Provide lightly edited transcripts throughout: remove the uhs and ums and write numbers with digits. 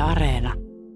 Areena.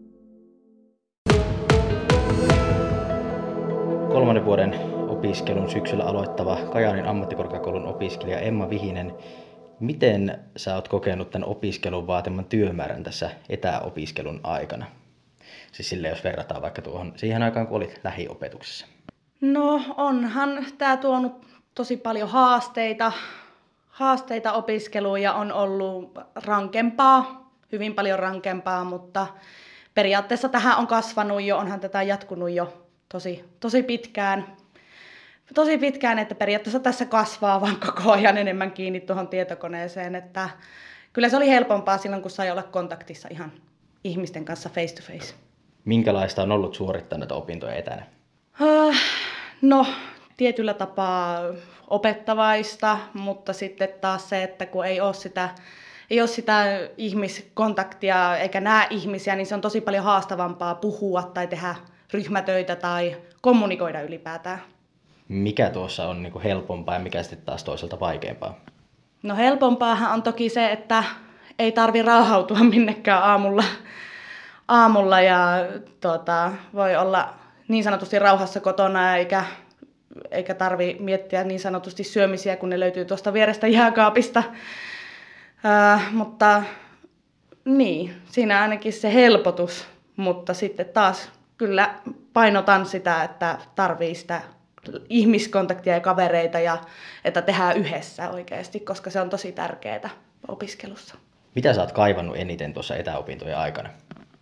3. vuoden opiskelun syksyllä aloittava Kajaanin ammattikorkeakoulun opiskelija Emma Vihinen. Miten sä oot kokenut tämän opiskelun vaatiman työmäärän tässä etäopiskelun aikana? Siis silleen, jos verrataan vaikka siihen aikaan, kun olit lähiopetuksessa. No onhan tämä tuonut tosi paljon haasteita opiskeluun ja on ollut rankempaa, hyvin paljon rankempaa, mutta periaatteessa tähän on kasvanut jo, onhan tätä jatkunut jo tosi pitkään, että periaatteessa tässä kasvaa vaan koko ajan enemmän kiinni tuohon tietokoneeseen, että kyllä se oli helpompaa silloin, kun sai olla kontaktissa ihan ihmisten kanssa face to face. Minkälaista on ollut suorittaa näitä opintoja etänä? No, tietyllä tapaa opettavaista, mutta sitten taas se, että kun ei ole sitä ihmiskontaktia eikä näe ihmisiä, niin se on tosi paljon haastavampaa puhua tai tehdä ryhmätöitä tai kommunikoida ylipäätään. Mikä tuossa on niin kuin helpompaa ja mikä sitten taas toisaalta vaikeampaa? No helpompaahan on toki se, että ei tarvi rauhoitua minnekään aamulla ja voi olla niin sanotusti rauhassa kotona eikä tarvi miettiä niin sanotusti syömisiä, kun ne löytyy tuosta vierestä jääkaapista. Mutta niin, siinä ainakin se helpotus, mutta sitten taas kyllä painotan sitä, että tarvii sitä ihmiskontaktia ja kavereita ja että tehdään yhdessä oikeasti, koska se on tosi tärkeää opiskelussa. Mitä sä oot kaivannut eniten tuossa etäopintojen aikana?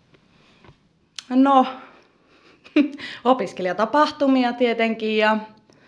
No, opiskelijatapahtumia tietenkin ja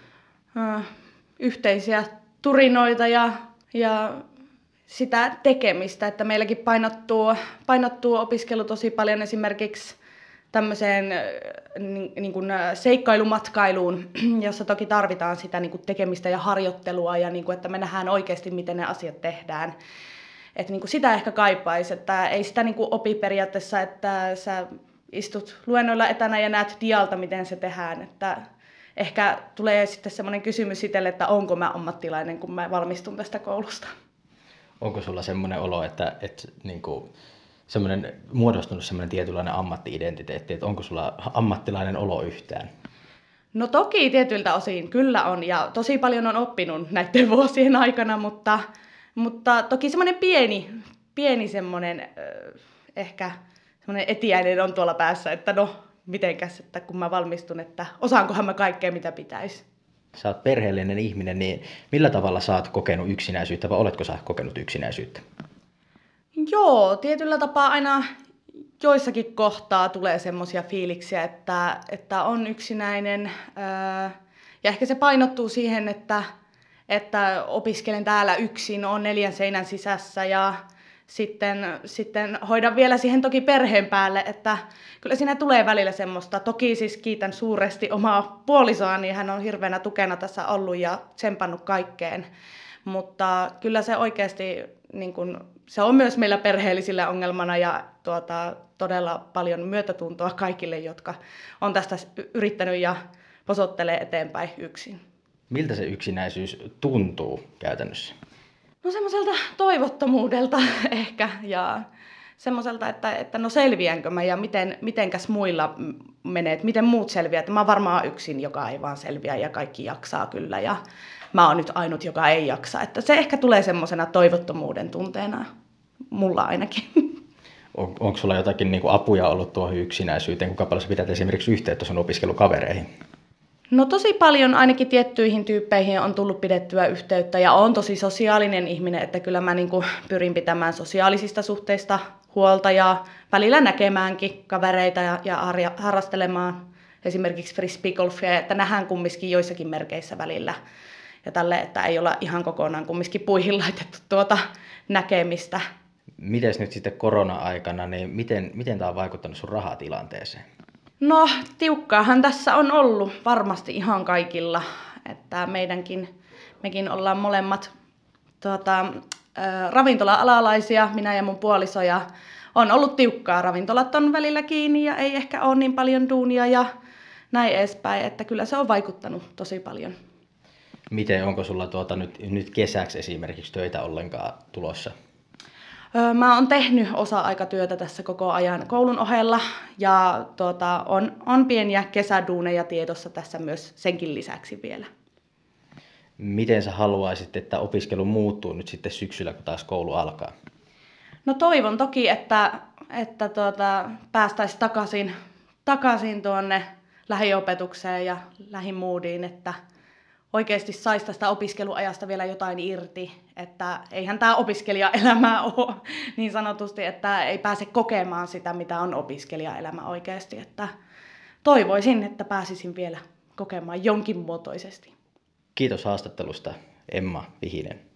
yhteisiä turinoita ja sitä tekemistä, että meilläkin painottuu opiskelu tosi paljon esimerkiksi tämmöiseen niin kuin seikkailumatkailuun, jossa toki tarvitaan sitä niin kuin tekemistä ja harjoittelua ja niin kuin, että me nähdään oikeasti, miten ne asiat tehdään. Että niin kuin sitä ehkä kaipaisi, että ei sitä niin kuin opi periaatteessa, että sä istut luennoilla etänä ja näet dialta, miten se tehdään. Että ehkä tulee sitten semmoinen kysymys itselle, että onko mä ammattilainen, kun mä valmistun tästä koulusta. Onko sulla semmoinen olo, että niin kuin muodostunut semmoinen tietynlainen ammatti-identiteetti, että onko sulla ammattilainen olo yhtään? No toki tietyiltä osin kyllä on ja tosi paljon on oppinut näiden vuosien aikana, mutta toki semmoinen pieni semmoinen ehkä semmoinen etiäinen on tuolla päässä, että no mitenkäs, että kun mä valmistun, että osaankohan mä kaikkea mitä pitäisi. Sä oot perheellinen ihminen, niin millä tavalla sä oot kokenut yksinäisyyttä vai oletko sä kokenut yksinäisyyttä? Joo, tietyllä tapaa aina joissakin kohtaa tulee semmoisia fiiliksiä, että on yksinäinen ja ehkä se painottuu siihen, että opiskelen täällä yksin, on 4 seinän sisässä ja sitten hoidan vielä siihen toki perheen päälle, että kyllä siinä tulee välillä semmoista. Toki siis kiitän suuresti omaa puolisoani, niin hän on hirveänä tukena tässä ollut ja tsempannut kaikkeen. Mutta kyllä se oikeasti, niin kun, se on myös meillä perheellisillä ongelmana ja todella paljon myötätuntoa kaikille, jotka on tästä yrittänyt ja posottelee eteenpäin yksin. Miltä se yksinäisyys tuntuu käytännössä? No semmoiselta toivottomuudelta ehkä ja semmoiselta, että no selviänkö mä ja mitenkäs muilla menee, että miten muut selviää. Että mä oon varmaan yksin, joka ei vaan selviä ja kaikki jaksaa kyllä ja mä oon nyt ainut, joka ei jaksa. Että se ehkä tulee semmoisena toivottomuuden tunteena, mulla ainakin. Onko sulla jotakin niin kuin apuja ollut tuohon yksinäisyyteen, kuinka paljon sä pidät esimerkiksi yhteyttä sun opiskelukavereihin? No tosi paljon ainakin tiettyihin tyyppeihin on tullut pidettyä yhteyttä ja on tosi sosiaalinen ihminen, että kyllä mä niin kuin pyrin pitämään sosiaalisista suhteista huolta ja välillä näkemäänkin kavereita ja harrastelemaan esimerkiksi frisbeegolfia, että nähdään kumminkin joissakin merkeissä välillä ja tälle, että ei olla ihan kokonaan kumminkin puihin laitettu näkemistä. Mites nyt sitten korona-aikana, niin miten tämä on vaikuttanut sun rahatilanteeseen? No tiukkaahan tässä on ollut varmasti ihan kaikilla, että mekin ollaan molemmat ravintola-alalaisia, minä ja mun puoliso, ja on ollut tiukkaa. Ravintolat on välillä kiinni ja ei ehkä ole niin paljon duunia ja näin edespäin, että kyllä se on vaikuttanut tosi paljon. Miten, onko sulla nyt kesäksi esimerkiksi töitä ollenkaan tulossa? Mä oon tehnyt osa-aikatyötä tässä koko ajan koulun ohella ja on pieniä kesäduuneja tiedossa tässä myös senkin lisäksi vielä. Miten sä haluaisit, että opiskelu muuttuu nyt sitten syksyllä, kun taas koulu alkaa? No toivon toki, että päästäisiin takaisin tuonne lähiopetukseen ja lähimuudiin, että oikeasti saisi tästä opiskeluajasta vielä jotain irti, että eihän tämä opiskelijaelämä ole niin sanotusti, että ei pääse kokemaan sitä, mitä on opiskelijaelämä oikeasti, että toivoisin, että pääsisin vielä kokemaan jonkin muotoisesti. Kiitos haastattelusta, Emma Vihinen.